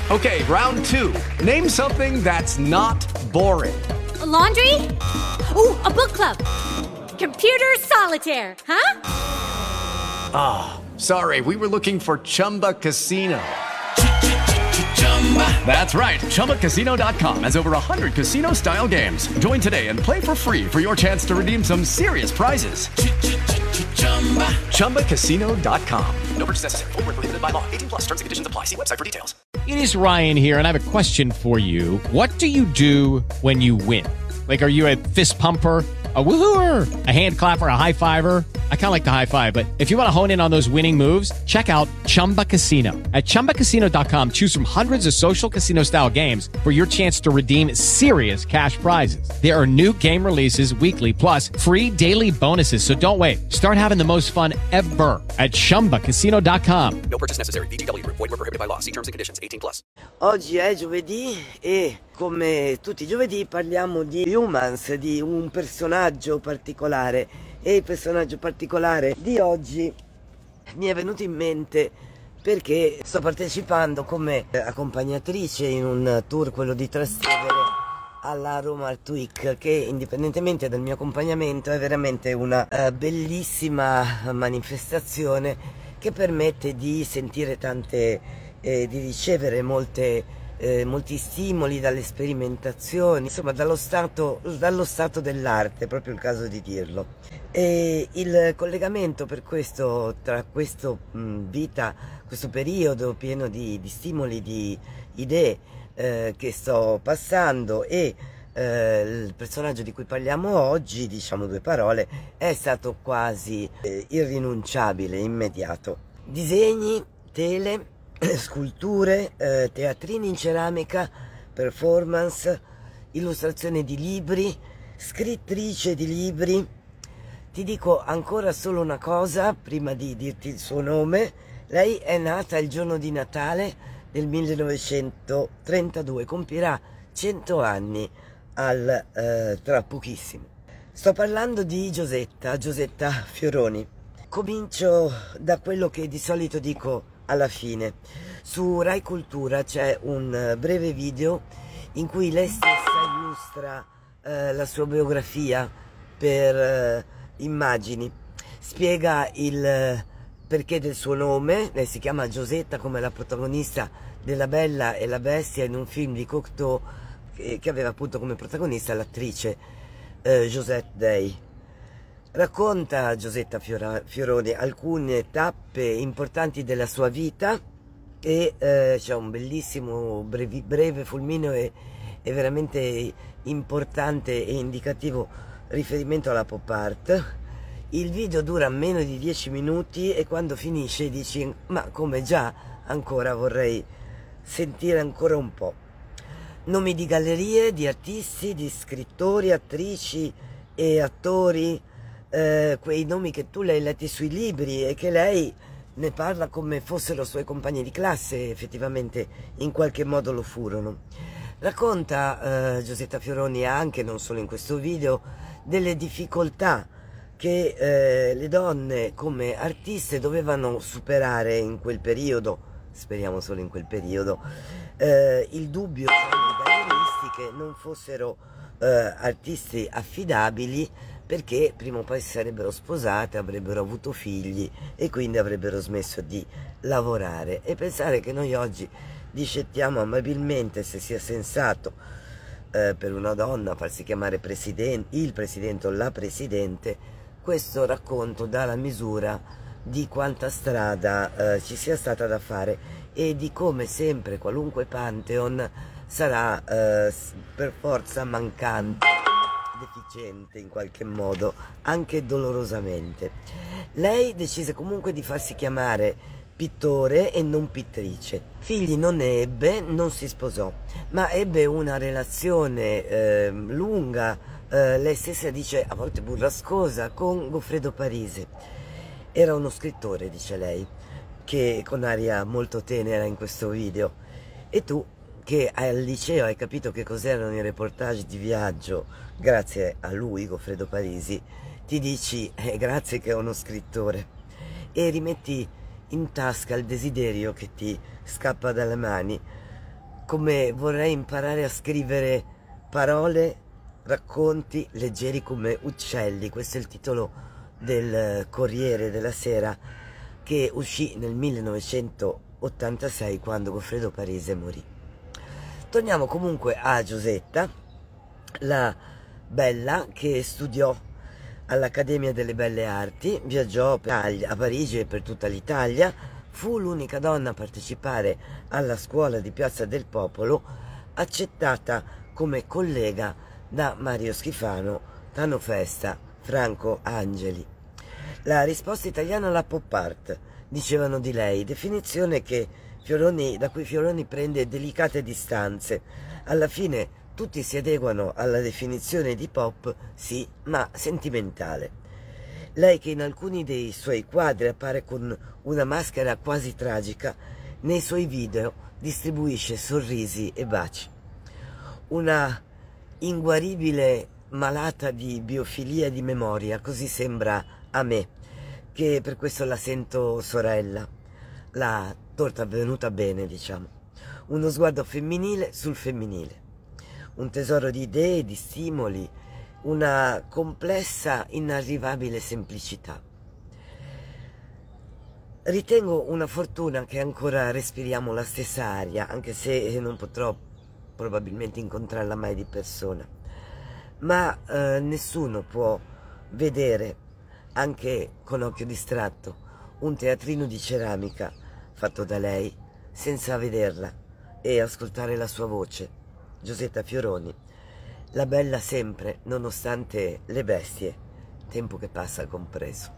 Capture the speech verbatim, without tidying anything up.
Okay, round two. Name something that's not boring. A laundry? Ooh, a book club. Computer solitaire, huh? Ah, oh, sorry, we were looking for Chumba Casino. That's right, Chumba Casino dot com has over one hundred casino-style games. Join today and play for free for your chance to redeem some serious prizes. Chumba Casino dot com. No purchase necessary. Void where prohibited by law. eighteen plus. Terms and conditions apply. See website for details. It is Ryan here, and I have a question for you. What do you do when you win? Like, are you a fist pumper, a woohooer, a hand clapper, a high fiver? I kind of like the high five, but if you want to hone in on those winning moves, check out Chumba Casino. At Chumba Casino dot com, choose from hundreds of social casino-style games for your chance to redeem serious cash prizes. There are new game releases weekly, plus free daily bonuses, so don't wait. Start having the most fun ever at Chumba Casino dot com. No purchase necessary. V G W. Void where prohibited by law. See terms and conditions. eighteen plus. Oggi è giovedì e come tutti i giovedì parliamo di Humans, di un personaggio particolare. E il personaggio particolare di oggi mi è venuto in mente perché sto partecipando come accompagnatrice in un tour, quello di Trastevere, alla Roma Art Week, che indipendentemente dal mio accompagnamento è veramente una uh, bellissima manifestazione che permette di sentire tante, eh, di ricevere molte Eh, molti stimoli dalle sperimentazioni, insomma dallo stato, dallo stato dell'arte, è proprio il caso di dirlo. E il collegamento per questo tra questo mh, vita, questo periodo pieno di, di stimoli, di idee eh, che sto passando e eh, il personaggio di cui parliamo oggi, diciamo due parole, è stato quasi eh, irrinunciabile, immediato. Disegni, tele, sculture, eh, teatrini in ceramica, performance, illustrazione di libri, scrittrice di libri. Ti dico ancora solo una cosa prima di dirti il suo nome. Lei è nata il giorno di Natale del millenovecentotrentadue, compirà cento anni al, eh, tra pochissimo. Sto parlando di Giosetta, Giosetta Fioroni. Comincio da quello che di solito dico alla fine. Su Rai Cultura c'è un breve video in cui lei stessa illustra eh, la sua biografia per eh, immagini, spiega il eh, perché del suo nome. Lei si chiama Giosetta come la protagonista della Bella e la Bestia, in un film di Cocteau che, che aveva appunto come protagonista l'attrice eh, Josette Day. Racconta Giosetta Fioroni alcune tappe importanti della sua vita e eh, c'è un bellissimo, brevi, breve, fulmineo e, e veramente importante e indicativo riferimento alla pop art. Il video dura meno di dieci minuti e quando finisce dici: ma come già, ancora vorrei sentire ancora un po'. Nomi di gallerie, di artisti, di scrittori, attrici e attori. Eh, quei nomi che tu le hai letti sui libri e che lei ne parla come fossero suoi compagni di classe, effettivamente in qualche modo lo furono. Racconta eh, Giosetta Fioroni anche, non solo in questo video, delle difficoltà che eh, le donne come artiste dovevano superare in quel periodo, speriamo solo in quel periodo, eh, il dubbio che i galleristi che non fossero eh, artisti affidabili, perché prima o poi si sarebbero sposate, avrebbero avuto figli e quindi avrebbero smesso di lavorare. E pensare che noi oggi discettiamo amabilmente se sia sensato eh, per una donna farsi chiamare presidente, il presidente o la presidente, questo racconto dà la misura di quanta strada eh, ci sia stata da fare e di come sempre qualunque Pantheon sarà eh, per forza mancante, deficiente in qualche modo, anche dolorosamente. Lei decise comunque di farsi chiamare pittore e non pittrice. Figli non ne ebbe, non si sposò, ma ebbe una relazione eh, lunga, eh, lei stessa dice a volte burrascosa, con Goffredo Parisi. Era uno scrittore, dice lei, che con aria molto tenera in questo video. E tu, che al liceo hai capito che cos'erano i reportage di viaggio grazie a lui, Goffredo Parisi, ti dici eh, grazie che è uno scrittore, e rimetti in tasca il desiderio che ti scappa dalle mani come vorrei imparare a scrivere parole, racconti leggeri come uccelli. Questo è il titolo del Corriere della Sera, che uscì nel millenovecentottantasei, quando Goffredo Parise morì. Torniamo comunque a Giosetta, la bella che studiò all'Accademia delle Belle Arti, viaggiò a Parigi e per tutta l'Italia, fu l'unica donna a partecipare alla scuola di Piazza del Popolo, accettata come collega da Mario Schifano, Tano Festa, Franco Angeli. La risposta italiana alla pop art, dicevano di lei, definizione che Fioroni, da cui Fioroni prende delicate distanze. Alla fine tutti si adeguano alla definizione di pop, sì, ma sentimentale. Lei che in alcuni dei suoi quadri appare con una maschera quasi tragica, nei suoi video distribuisce sorrisi e baci. Una inguaribile malata di biofilia di memoria, così sembra a me, che per questo la sento sorella. La torta è venuta bene, diciamo. Uno sguardo femminile sul femminile. Un tesoro di idee, di stimoli, una complessa, inarrivabile semplicità. Ritengo una fortuna che ancora respiriamo la stessa aria, anche se non potrò probabilmente incontrarla mai di persona. Ma eh, nessuno può vedere, anche con occhio distratto, un teatrino di ceramica fatto da lei, senza vederla e ascoltare la sua voce. Giosetta Fioroni, la bella sempre, nonostante le bestie, tempo che passa compreso.